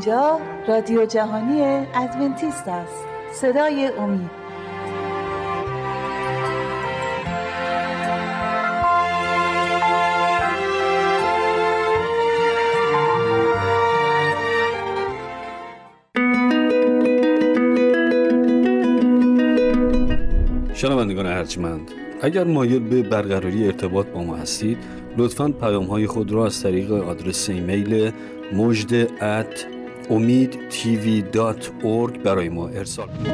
اینجا رادیو جهانی ادونتیست است، صدای امید. شنوندگان ارجمند، اگر مایل به برقراری ارتباط با ما هستید، لطفاً پیام‌های خود را از طریق آدرس ایمیل mojde@omidtv.org برای ما ارسال کنید.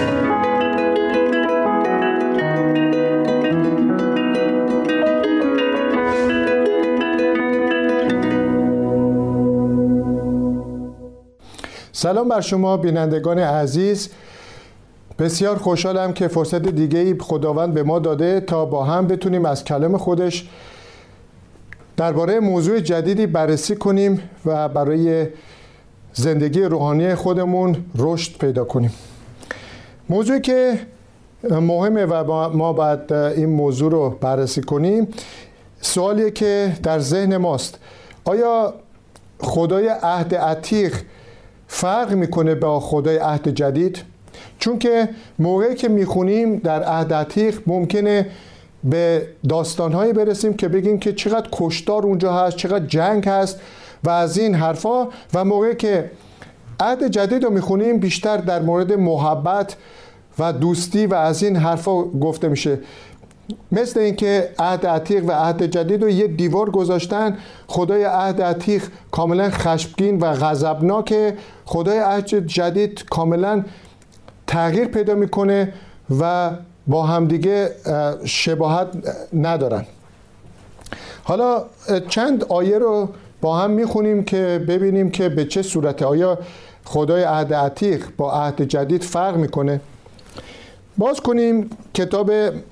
سلام بر شما بینندگان عزیز. بسیار خوشحالم که فرصت دیگه‌ای خداوند به ما داده تا با هم بتونیم از کلام خودش درباره موضوع جدیدی بررسی کنیم و برای زندگی روحانی خودمون رشد پیدا کنیم. موضوعی که مهمه و ما باید این موضوع رو بررسی کنیم، سوالیه که در ذهن ماست: آیا خدای عهد عتیق فرق میکنه با خدای عهد جدید؟ چون که موقعی که میخونیم در عهد عتیق ممکنه به داستانهایی برسیم که بگیم که چقدر کشتار اونجا هست، چقدر جنگ هست و از این حرفا، و موقعی که عهد جدید رو میخونیم بیشتر در مورد محبت و دوستی و از این حرفا گفته میشه. مثل اینکه عهد عتیق و عهد جدید رو یه دیوار گذاشتن. خدای عهد عتیق کاملا خشمگین و غضبناکه، خدای عهد جدید کاملا تغییر پیدا میکنه و با همدیگه شباهت ندارن. حالا چند آیه رو با هم میخونیم که ببینیم که به چه صورته. آیا خدای عهد عتیق با عهد جدید فرق میکنه؟ باز کنیم کتاب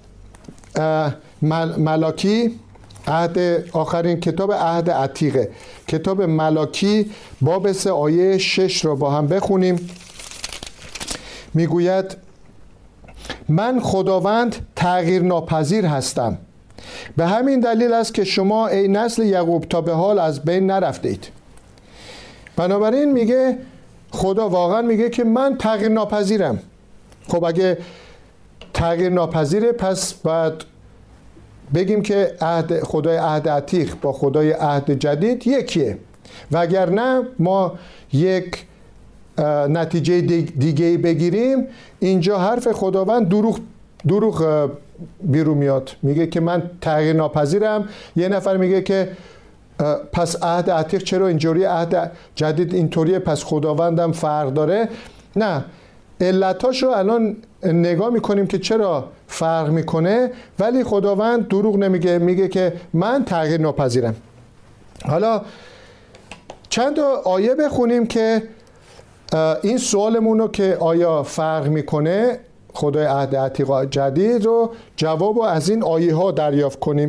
ملاکی، آخرین کتاب عهد عتیقه، کتاب ملاکی باب 3 آیه 6 رو با هم بخونیم. میگوید: من خداوند تغییر ناپذیر هستم، به همین دلیل است که شما ای نسل یعقوب تا به حال از بین نرفتید. بنابراین میگه خدا واقعا میگه که من تغییر ناپذیرم. خب اگه تغییر ناپذیره، پس باید بگیم که خدای عهد عتیق با خدای عهد جدید یکیه، وگرنه ما یک نتیجه دیگه بگیریم. اینجا حرف خداوند دروغ بیرون میاد. میگه که من تغییر ناپذیرم. یه نفر میگه که پس عهد عتیق چرا اینجوری، عهد جدید اینطوریه، پس خداوندم فرق داره. نه، علتاشو الان نگاه میکنیم که چرا فرق میکنه، ولی خداوند دروغ نمیگه، میگه که من تغییر ناپذیرم. حالا چند آیه بخونیم که این سوالمون رو که آیا فرق میکنه خدای عهد عتیق جدید رو جواب از این آیه ها دریافت کنیم.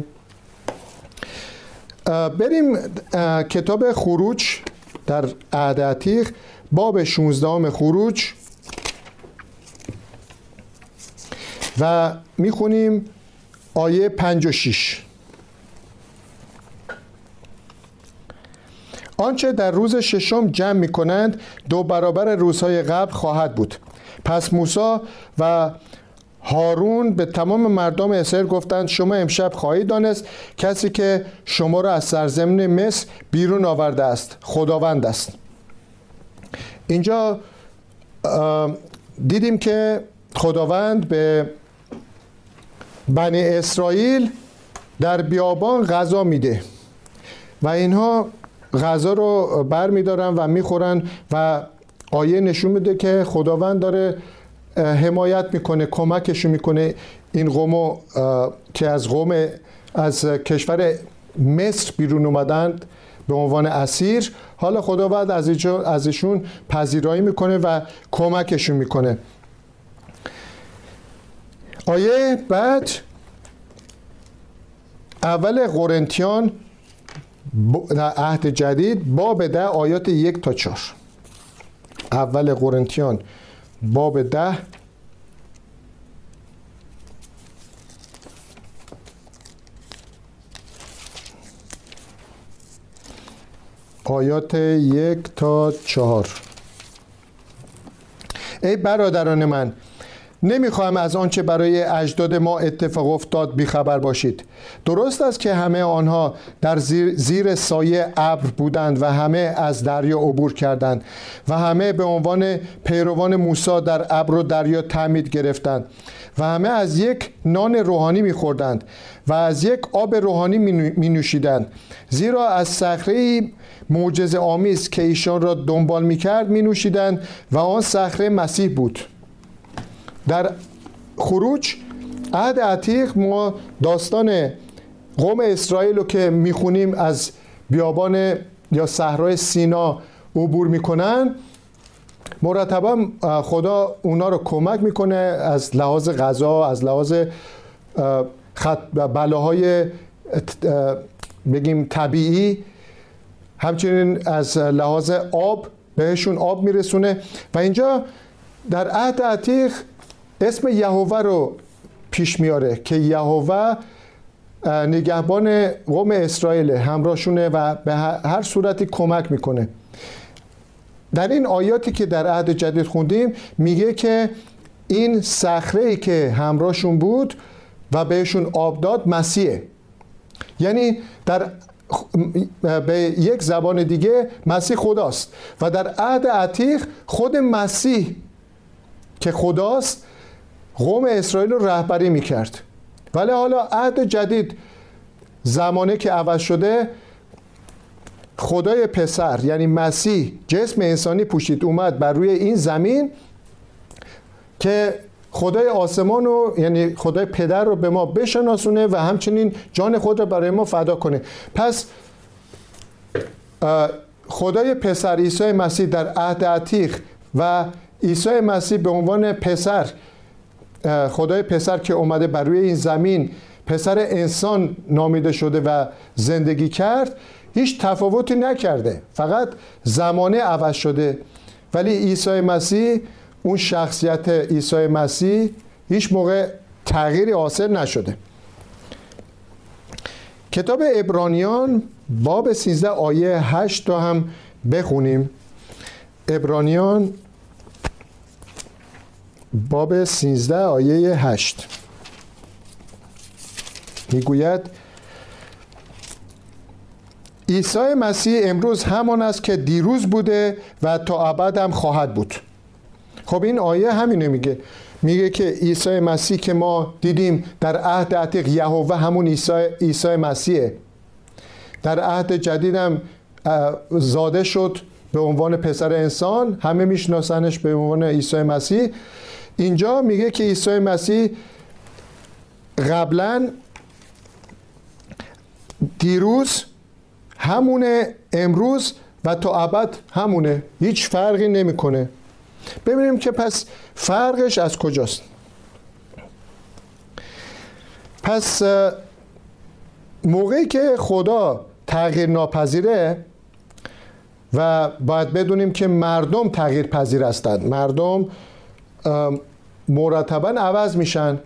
بریم کتاب خروج در عهد عتیق باب 16 خروج و میخونیم آیه 5 و 6. آنچه در روز ششم جمع می کنند 2 برابر روزهای قبل خواهد بود. پس موسی و هارون به تمام مردم اسرائیل گفتند: شما امشب خواهید دانست کسی که شما را از سرزمین مصر بیرون آورده است خداوند است. اینجا دیدیم که خداوند به بنی اسرائیل در بیابان غذا میده و اینها غذا رو بر میدارن و میخورن و آیه نشون میده که خداوند داره حمایت میکنه، کمکشون میکنه. این قوم که از کشور مصر بیرون اومدند به عنوان اسیر، حالا خداوند ازشون پذیرایی میکنه و کمکشون میکنه. آیه بعد اول قرنتیان عهد جدید باب 10 آیات 1 تا 4. اول قرنتیان باب 10 آیات 1 تا 4. ای برادران من، نمیخواهم از آنچه برای اجداد ما اتفاق افتاد بیخبر باشید. درست است که همه آنها در زیر سایه ابر بودند و همه از دریا عبور کردند و همه به عنوان پیروان موسی در ابر و دریا تعمید گرفتند و همه از یک نان روحانی میخوردند و از یک آب روحانی می نوشیدند، زیرا از صخره معجزه آمیز که ایشان را دنبال میکرد می نوشیدند و آن صخره مسیح بود. در خروج عهد عتیق ما داستان قوم اسرائیل رو که میخونیم از بیابان یا صحرای سینا عبور میکنن، مرتبا خدا اونا رو کمک میکنه از لحاظ غذا، از لحاظ بلاهای بگیم طبیعی، همچنین از لحاظ آب بهشون آب میرسونه. و اینجا در عهد عتیق اسم یهوه رو پیش میاره که یهوه نگهبان قوم اسرائیل، همراهشونه و به هر صورتی کمک میکنه. در این آیاتی که در عهد جدید خوندیم میگه که این صخره‌ای که همراهشون بود و بهشون آب داد مسیحه. یعنی به یک زبان دیگه مسیح خداست و در عهد عتیق خود مسیح که خداست قوم اسرائیل رو رهبری میکرد. ولی حالا عهد جدید زمانه که عوض شده، خدای پسر یعنی مسیح جسم انسانی پوشید، اومد بر روی این زمین که خدای آسمان رو یعنی خدای پدر رو به ما بشناسونه و همچنین جان خود رو برای ما فدا کنه. پس خدای پسر عیسی مسیح در عهد عتیق و عیسی مسیح به عنوان پسر، خدای پسر که اومده بر روی این زمین پسر انسان نامیده شده و زندگی کرد، هیچ تفاوتی نکرده، فقط زمانه عوض شده. ولی عیسی مسیح، اون شخصیت عیسی مسیح هیچ موقع تغییری حاصل نشده. کتاب عبرانیان باب 13 آیه 8 تا هم بخونیم. عبرانیان باب 13 آیه 8 میگوید عیسی مسیح امروز همان است که دیروز بوده و تا ابد هم خواهد بود. خب این آیه همینه میگه که عیسی مسیح که ما دیدیم در عهد عتیق یهوه همون عیسی مسیحه، در عهد جدید هم زاده شد به عنوان پسر انسان، همه میشناسنش به عنوان عیسی مسیح. اینجا میگه که عیسی مسیح قبلا دیروز همونه، امروز و تا ابد همونه، هیچ فرقی نمیکنه. ببینیم که پس فرقش از کجاست. پس موقعی که خدا تغییر ناپذیره و باید بدونیم که مردم تغییر پذیر هستند، مردم مرتبا عوض میشن.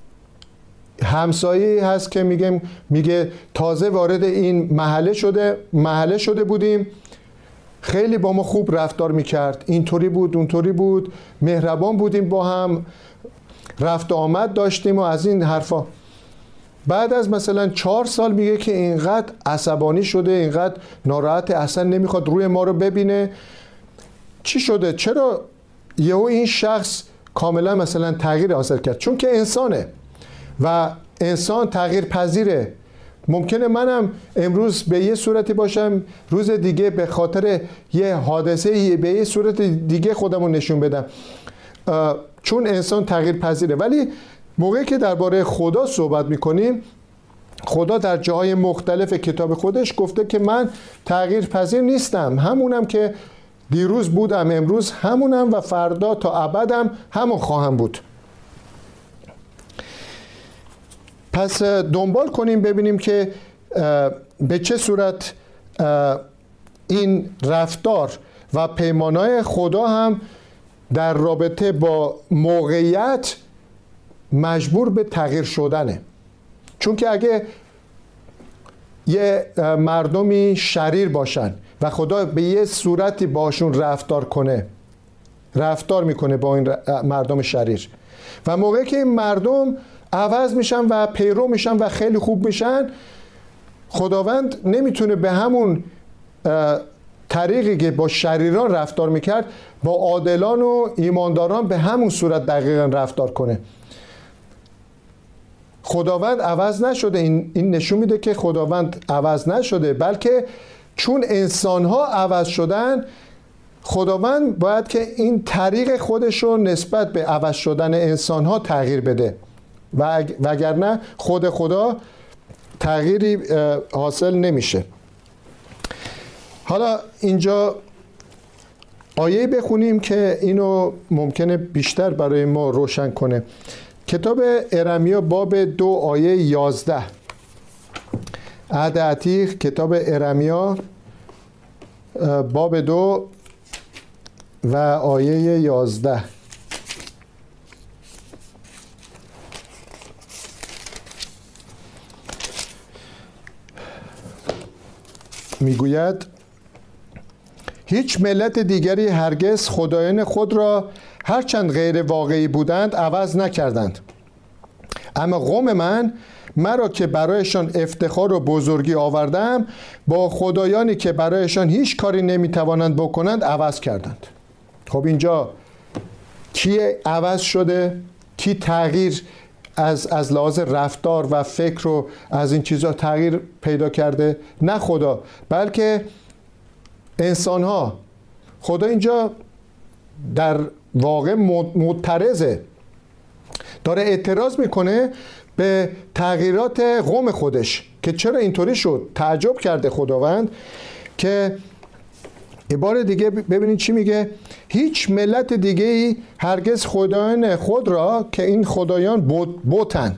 همسایه هست که میگه تازه وارد این محله شده بودیم، خیلی با ما خوب رفتار میکرد، اینطوری بود اونطوری بود، مهربان بودیم، با هم رفت و آمد داشتیم و از این حرفا. بعد از مثلا 4 سال میگه که اینقدر عصبانی شده، اینقدر ناراحت، اصلا نمیخواد روی ما رو ببینه. چی شده؟ چرا یهو این شخص کاملا مثلا تغییر حاصل کرد؟ چون که انسانه و انسان تغییر پذیره. ممکنه منم امروز به یه صورتی باشم، روز دیگه به خاطر یه حادثه به یه صورت دیگه خودمو نشون بدم، چون انسان تغییر پذیره. ولی موقعی که درباره خدا صحبت میکنیم، خدا در جاهای مختلف کتاب خودش گفته که من تغییر پذیر نیستم، همونم که دیروز بودم، امروز همونم و فردا تا ابدم همون خواهم بود. پس دنبال کنیم ببینیم که به چه صورت این رفتار و پیمانهای خدا هم در رابطه با موقعیت مجبور به تغییر شدنه. چون که اگه یه مردمی شریر باشن و خدا به یه صورتی باشون رفتار کنه رفتار میکنه با این مردم شریر. و موقعی که این مردم عوض میشن و پیرو میشن و خیلی خوب میشن، خداوند نمیتونه به همون طریقی که با شریران رفتار میکرد با عادلان و ایمانداران به همون صورت دقیقا رفتار کنه. خداوند عوض نشده. این نشون میده که خداوند عوض نشده، بلکه چون انسانها عوض شدن، خداوند باید که این طریق خودش رو نسبت به عوض شدن انسانها تغییر بده و وگرنه خود خدا تغییری حاصل نمیشه. حالا اینجا آیه بخونیم که اینو ممکنه بیشتر برای ما روشن کنه. کتاب ارمیا باب 2 آیه 11. عهد عتیق کتاب ارمیا باب 2 و آیه 11. میگوید هیچ ملت دیگری هرگز خدایان خود را هرچند غیر واقعی بودند عوض نکردند، اما قوم من مرا که برایشان افتخار و بزرگی آوردم با خدایانی که برایشان هیچ کاری نمیتوانند بکنند عوض کردند. خب اینجا کی عوض شده؟ کی تغییر از لحاظ رفتار و فکر و از این چیزها تغییر پیدا کرده؟ نه خدا، بلکه انسان ها. خدا اینجا در واقع معترضه، داره اعتراض میکنه به تغییرات قوم خودش که چرا اینطوری شد. تعجب کرده خداوند که عبارت دیگه ببینید چی میگه: هیچ ملت دیگه ای هرگز خدایان خود را که این خدایان بتن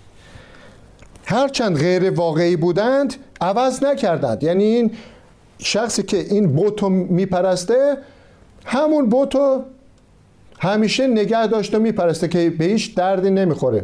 هرچند غیر واقعی بودند عوض نکردند. یعنی این شخصی که این بت رو میپرسته همون بت رو همیشه نگه داشته و میپرسته که به هیچ دردی نمیخوره.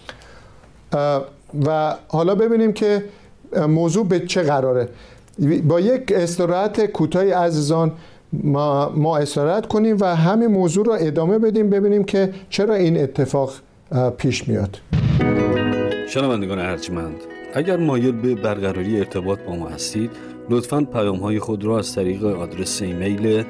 و حالا ببینیم که موضوع به چه قراره. با یک استراحت کوتاهی عزیزان ما استراحت کنیم و همین موضوع رو ادامه بدیم، ببینیم که چرا این اتفاق پیش میاد. شنوندگان ارجمند، اگر مایل به برقراری ارتباط با ما هستید، لطفاً پیام‌های خود را از طریق آدرس ایمیل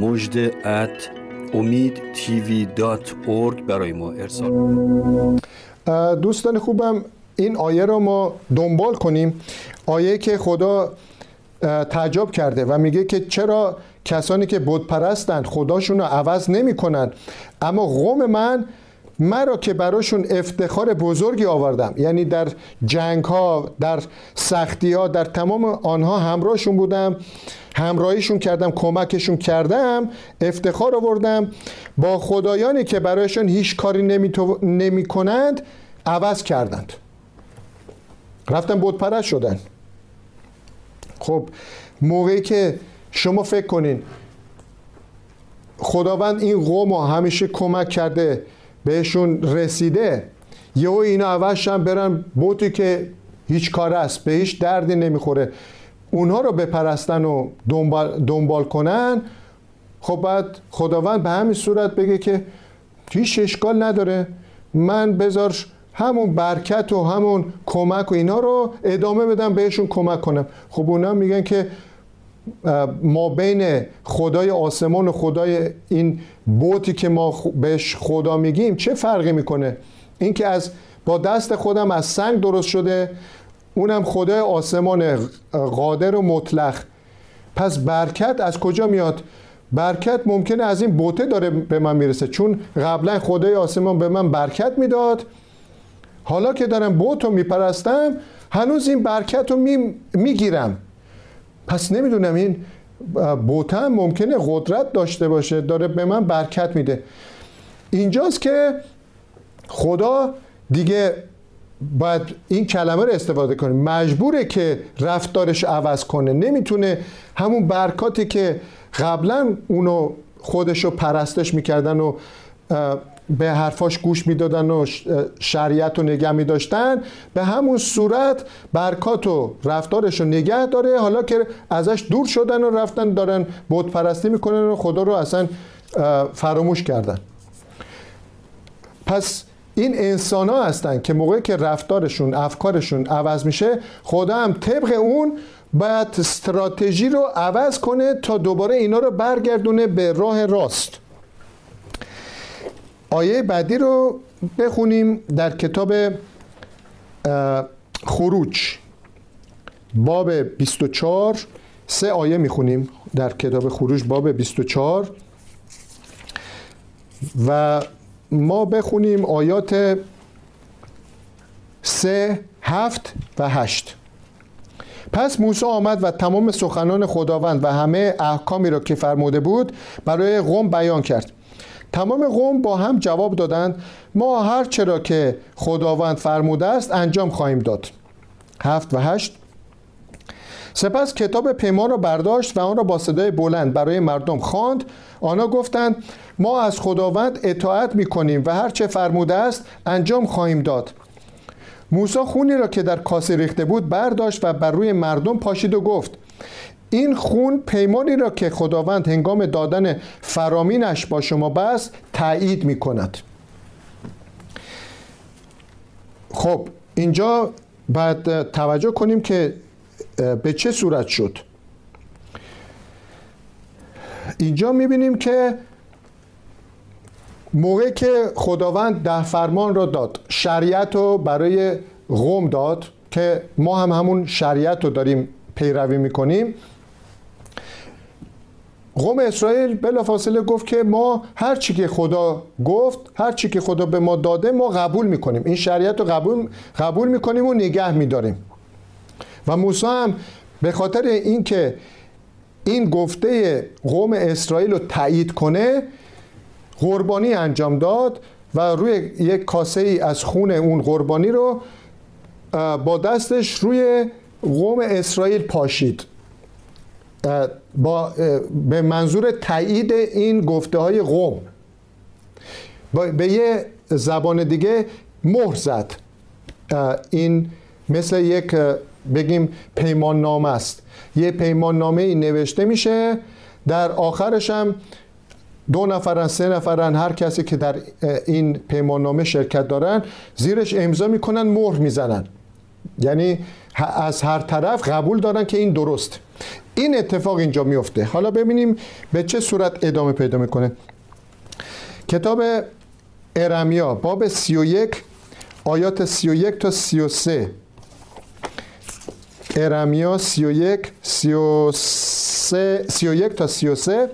mojde@omidtv.org برای ما ارسال کنید. دوستان خوبم، این آیه را ما دنبال کنیم. آیه که خدا تعجب کرده و میگه که چرا کسانی که بت پرستند خداشون رو عوض نمی کنند، اما قوم من مرا که براشون افتخار بزرگی آوردم. یعنی در جنگ ها، در سختی ها، در تمام آنها همراهشون بودم، همراهیشون کردم، کمکشون کردم، افتخار آوردم. با خدایانی که برایشون هیچ کاری نمی کنند عوض کردند، رفتن بت پرست شدن. خب موقعی که شما فکر کنین خداوند این قوم همیشه کمک کرده، بهشون رسیده، یهو اینا عوضشن برن بوتی که هیچ کار است، به هیچ دردی نمیخوره، اونها رو بپرستن و دنبال کنن، خب بعد خداوند به همین صورت بگه که هیچ اشکال نداره، من بذار همون برکت و همون کمک و اینا رو ادامه بدم، بهشون کمک کنم. خب اونا میگن که ما بین خدای آسمان و خدای این بوتی که ما بهش خدا میگیم چه فرقی میکنه؟ این که با دست خودم از سنگ درست شده، اونم خدای آسمان قادر و مطلق. پس برکت از کجا میاد؟ برکت ممکنه از این بوته داره به من میرسه، چون قبلا خدای آسمان به من برکت میداد، حالا که دارم بوت رو میپرستم هنوز این برکت رو میگیرم. پس نمیدونم این بوت هم ممکنه قدرت داشته باشه، داره به من برکت میده. اینجاست که خدا دیگه باید این کلمه رو استفاده کنه، مجبوره که رفتارش عوض کنه. نمیتونه همون برکاتی که قبلا اونو خودشو پرستش میکردن و به حرفاش گوش میدادن و شریعت رو نگه میداشتن، به همون صورت برکات و رفتارش رو نگه داره. حالا که ازش دور شدن و رفتن دارن بت پرستی میکنن و خدا رو اصلا فراموش کردن. پس این انسان ها هستن که موقعی که رفتارشون افکارشون عوض میشه، خدا هم طبق اون باید استراتژی رو عوض کنه تا دوباره اینا رو برگردونه به راه راست. آیه بعدی رو بخونیم در کتاب خروج باب 24. 3 آیه میخونیم در کتاب خروج باب 24 و ما بخونیم آیات 3 7 و 8. پس موسی آمد و تمام سخنان خداوند و همه احکامی را که فرموده بود برای قوم بیان کرد. تمام قوم با هم جواب دادند ما هر چرا که خداوند فرموده است انجام خواهیم داد. 7 و 8. سپس کتاب پیمان را برداشت و آن را با صدای بلند برای مردم خواند. آنها گفتند ما از خداوند اطاعت می‌کنیم و هر چه فرموده است انجام خواهیم داد. موسی خونی را که در کاسه ریخته بود برداشت و بر روی مردم پاشید و گفت این خون پیمانی را که خداوند هنگام دادن فرامینش با شما بست تایید می‌کند. خب اینجا باید توجه کنیم که به چه صورت شد. اینجا می‌بینیم که موقعی که خداوند 10 فرمان را داد، شریعت رو برای قوم داد که ما هم همون شریعت رو داریم پیروی میکنیم، قوم اسرائیل بلافاصله گفت که ما هر چی که خدا گفت، هر چی که خدا به ما داده ما قبول میکنیم، این شریعت رو قبول میکنیم و نگه میداریم. و موسی هم به خاطر اینکه این گفته قوم اسرائیل رو تایید کنه قربانی انجام داد و روی یک کاسه ای از خون اون قربانی رو با دستش روی قوم اسرائیل پاشید به منظور تایید این گفته های قوم. به یه زبان دیگه مهر زد. این مثل یک بگیم پیمان نامه است. یه پیمان نامه ای نوشته میشه، در آخرش هم 2 نفرن 3 نفرن هر کسی که در این پیمان نامه شرکت دارن زیرش امضا میکنن، مهر میزنن، یعنی از هر طرف قبول دارن که این درست. این اتفاق اینجا میفته. حالا ببینیم به چه صورت ادامه پیدا میکنه. کتاب ارمیا باب 31 آیات 31 تا 33. ارمیا 31 تا 33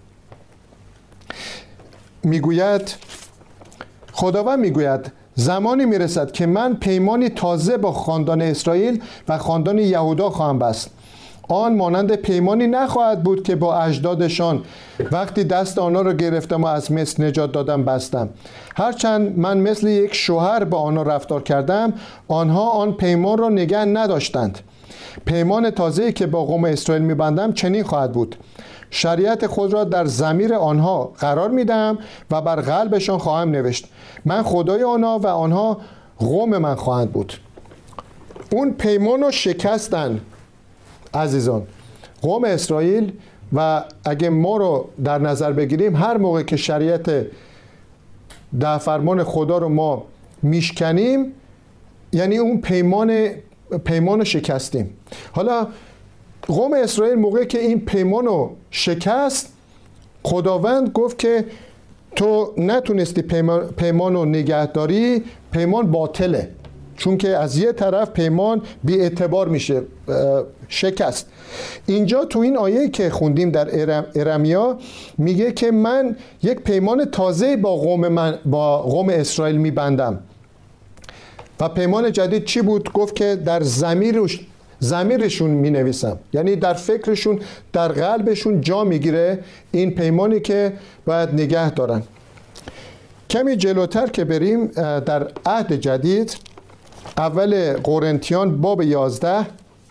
میگوید، خداوند میگوید زمانی میرسد که من پیمانی تازه با خاندان اسرائیل و خاندان یهودا خواهم بست. آن مانند پیمانی نخواهد بود که با اجدادشان وقتی دست آنها را گرفتم و از مصر نجات دادم بستم. هرچند من مثل یک شوهر با آنها رفتار کردم، آنها آن پیمان را نگه نداشتند. پیمان تازه‌ای که با قوم اسرائیل می‌بندم چنین خواهد بود: شریعت خود را در ضمیر آنها قرار میدم و بر قلبشان خواهم نوشت. من خدای آنها و آنها قوم من خواهند بود. اون پیمان رو شکستن عزیزان قوم اسرائیل. و اگه ما رو در نظر بگیریم، هر موقع که شریعت 10 فرمان خدا رو ما میشکنیم یعنی اون پیمان رو شکستیم. حالا قوم اسرائیل موقعی که این پیمان رو شکست، خداوند گفت که تو نتونستی پیمان رو نگه داری، پیمان باطله، چون که از یه طرف پیمان بی اعتبار میشه، شکست. اینجا تو این آیه که خوندیم در ارمیا میگه که من یک پیمان تازه با قوم اسرائیل میبندم. و پیمان جدید چی بود؟ گفت که در ضمیرشون می نویسم، یعنی در فکرشون، در قلبشون جا میگیره این پیمانی که باید نگه دارن. کمی جلوتر که بریم در عهد جدید، اول قرنتیان باب 11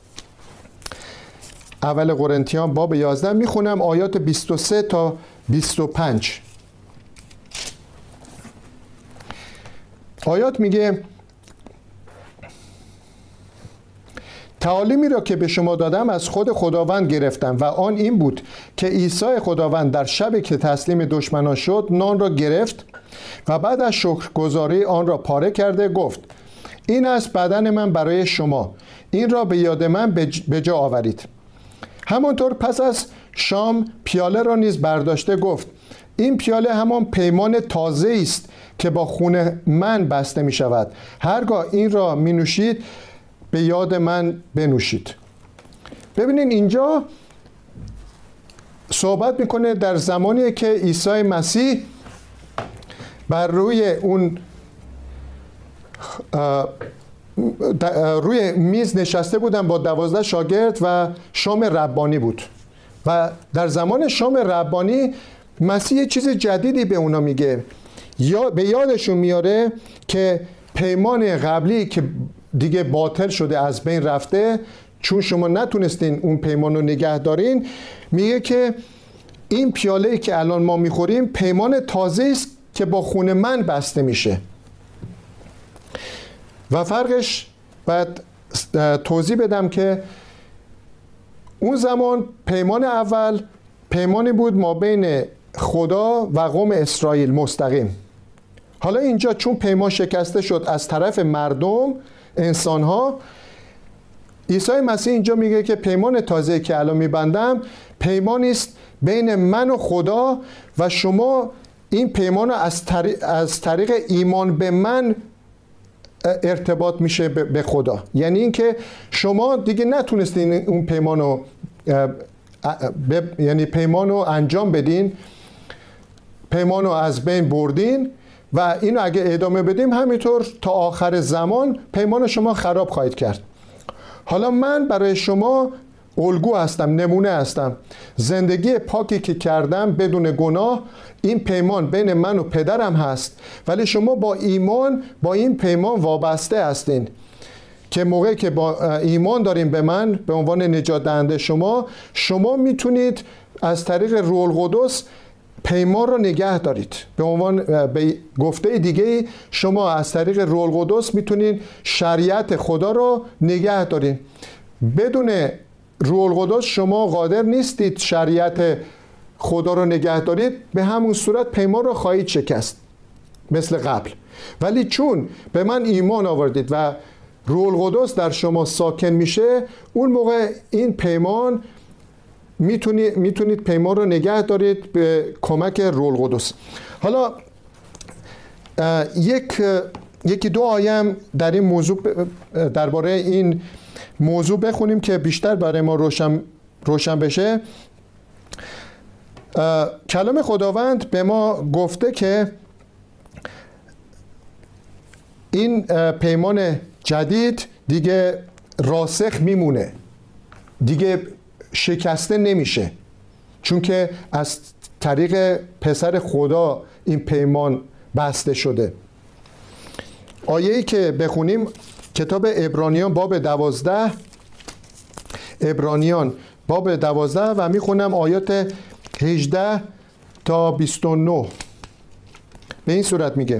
میخونم آیات 23 تا 25. آیات میگه تعالیمی را که به شما دادم از خود خداوند گرفتم و آن این بود که عیسی خداوند در شبی که تسلیم دشمنان شد نان را گرفت و بعد از شکرگزاری آن را پاره کرده گفت این است بدن من برای شما، این را به یاد من به جا آورید. همانطور پس از شام پیاله را نیز برداشته گفت این پیاله همان پیمان تازه است که با خون من بسته می شود، هرگاه این را می نوشید به یاد من بنوشید. ببینین اینجا صحبت میکنه در زمانی که عیسی مسیح بر روی اون روی میز نشسته بودن با 12 شاگرد و شام ربانی بود و در زمان شام ربانی مسیح یه چیز جدیدی به اونا میگه، یا به یادشون میاره که پیمان قبلی که دیگه باطل شده، از بین رفته، چون شما نتونستین اون پیمان رو نگه دارین. میگه که این پیاله که الان ما میخوریم پیمان تازه است که با خون من بسته میشه. و فرقش باید توضیح بدم که اون زمان پیمان اول پیمانی بود ما بین خدا و قوم اسرائیل مستقیم. حالا اینجا چون پیمان شکسته شد از طرف مردم، انسان‌ها، عیسی مسیح اینجا میگه که پیمان تازه که الان میبندم پیمانی است بین من و خدا و شما این پیمان از طریق ایمان به من ارتباط میشه به خدا. یعنی اینکه شما دیگه نتونستین اون پیمانو یعنی پیمانو انجام بدین، پیمانو از بین بردین و اینو اگه ادامه بدیم همینطور تا آخر زمان پیمان شما خراب خواهید کرد. حالا من برای شما الگو هستم، نمونه هستم. زندگی پاکی که کردم بدون گناه، این پیمان بین من و پدرم هست، ولی شما با ایمان با این پیمان وابسته هستین که موقعی که با ایمان داریم به من به عنوان نجات دهنده شما میتونید از طریق روح القدس پیمان رو نگه دارید. به عنوان به گفته دیگه شما از طریق روح القدس میتونید شریعت خدا رو نگه دارید. بدون روح القدس شما قادر نیستید شریعت خدا رو نگه دارید، به همون صورت پیمان رو خواهید شکست مثل قبل. ولی چون به من ایمان آوردید و روح القدس در شما ساکن میشه، اون موقع این پیمان میتونید پیمان رو نگه دارید به کمک روح القدس. حالا یکی دو آیه در این موضوع درباره این موضوع بخونیم که بیشتر برای ما روشن بشه. کلام خداوند به ما گفته که این پیمان جدید دیگه راسخ میمونه، دیگه شکسته نمیشه، چون که از طریق پسر خدا این پیمان بسته شده. آیه‌ای که بخونیم کتاب عبرانیان باب 12، عبرانیان باب 12 و میخونم آیات 18 تا 29. به این صورت میگه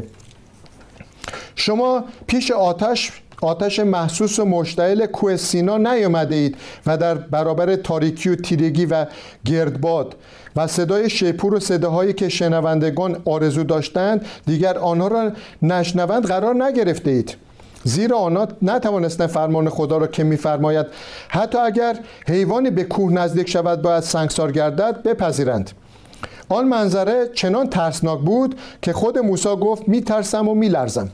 شما پیش آتش محسوس و مشتعل کوه سینا نیامده اید و در برابر تاریکی و تیرگی و گردباد و صدای شیپور و صداهایی که شنوندگان آرزو داشتند دیگر آنها را نشنوند قرار نگرفته اید، زیرا آنها نتوانستند فرمان خدا را که می‌فرماید حتی اگر حیوانی به کوه نزدیک شود باید سنگسار گردد بپذیرند. آن منظره چنان ترسناک بود که خود موسی گفت می‌ترسم و می‌لرزم.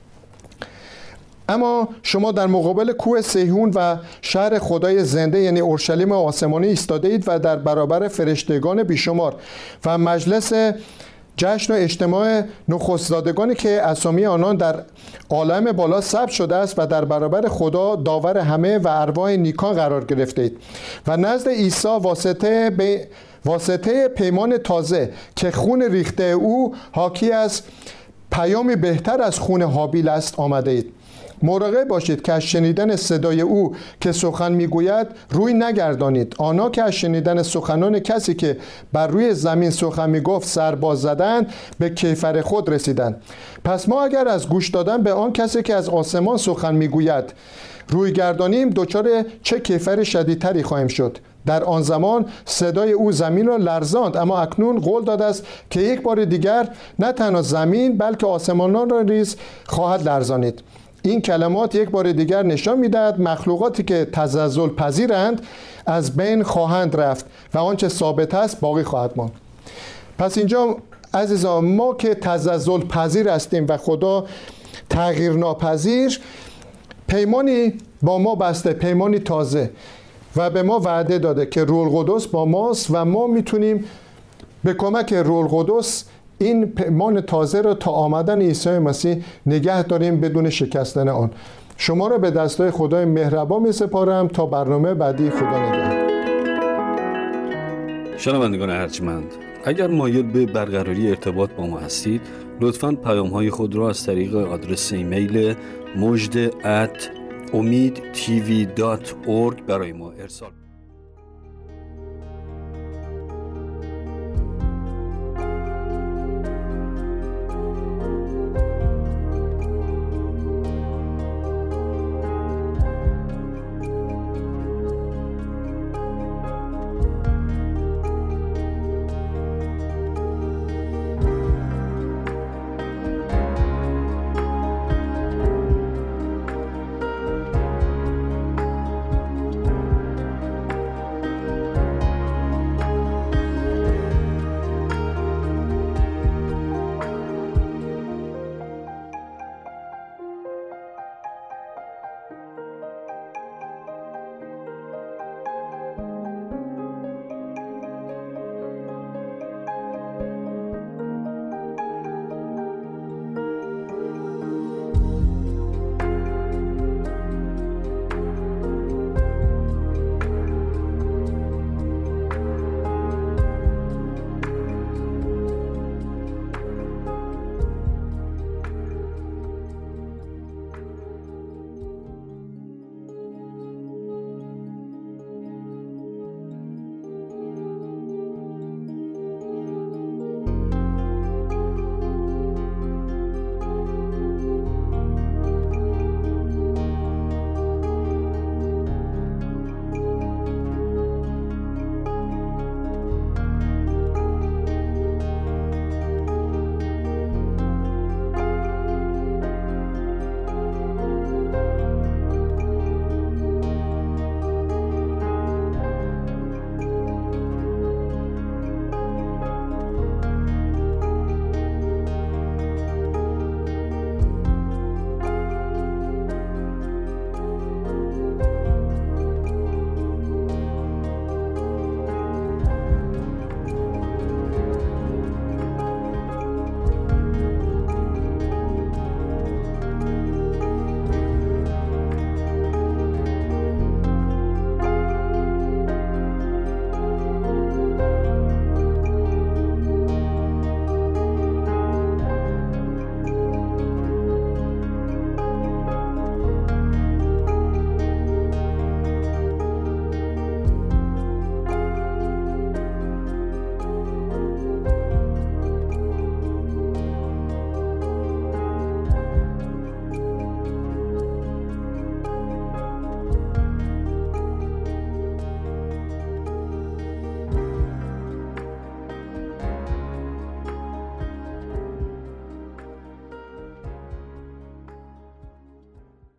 اما شما در مقابل کوه صهیون و شهر خدای زنده یعنی اورشلیم آسمانی ایستاده اید و در برابر فرشتگان بیشمار و مجلس جشن و اجتماع نخستزادگانی که اسامی آنان در عالم بالا ثبت شده است و در برابر خدا داور همه و ارواح نیکان قرار گرفته اید و نزد عیسی واسطه پیمان تازه که خون ریخته او حاکی از پیامی بهتر از خون هابیل است آمده اید. مراقب باشید که از شنیدن صدای او که سخن میگوید روی نگردانید. آنها که از شنیدن سخنان کسی که بر روی زمین سخن میگفت سرباز زدند به کیفر خود رسیدند. پس ما اگر از گوش دادن به آن کسی که از آسمان سخن میگوید روی گردانیم دچار چه کیفر شدیدتری خواهیم شد. در آن زمان صدای او زمین را لرزاند، اما اکنون قول داده است که یک بار دیگر نه تنها زمین بلکه آسمانان را نیز خواهد لرزانید. این کلمات یک بار دیگر نشان می‌دهد مخلوقاتی که تزلزل پذیرند از بین خواهند رفت و آنچه ثابت است باقی خواهد ماند. پس اینجا عزیزان ما که تزلزل پذیر هستیم و خدا تغییر ناپذیر پیمانی با ما بسته، پیمانی تازه، و به ما وعده داده که روح القدس با ماست و ما میتونیم به کمک روح القدس این پیمان تازه را تا آمدن عیسی مسیح نگه داریم بدون شکستن آن. شما را به دستای خدای مهربان می سپارم تا برنامه بعدی. خدا نگهدار. شنوندگان ارجمند، اگر مایل به برقراری ارتباط با ما هستید لطفاً پیام‌های خود را از طریق آدرس ایمیل مجد@umidtv.org برای ما ارسال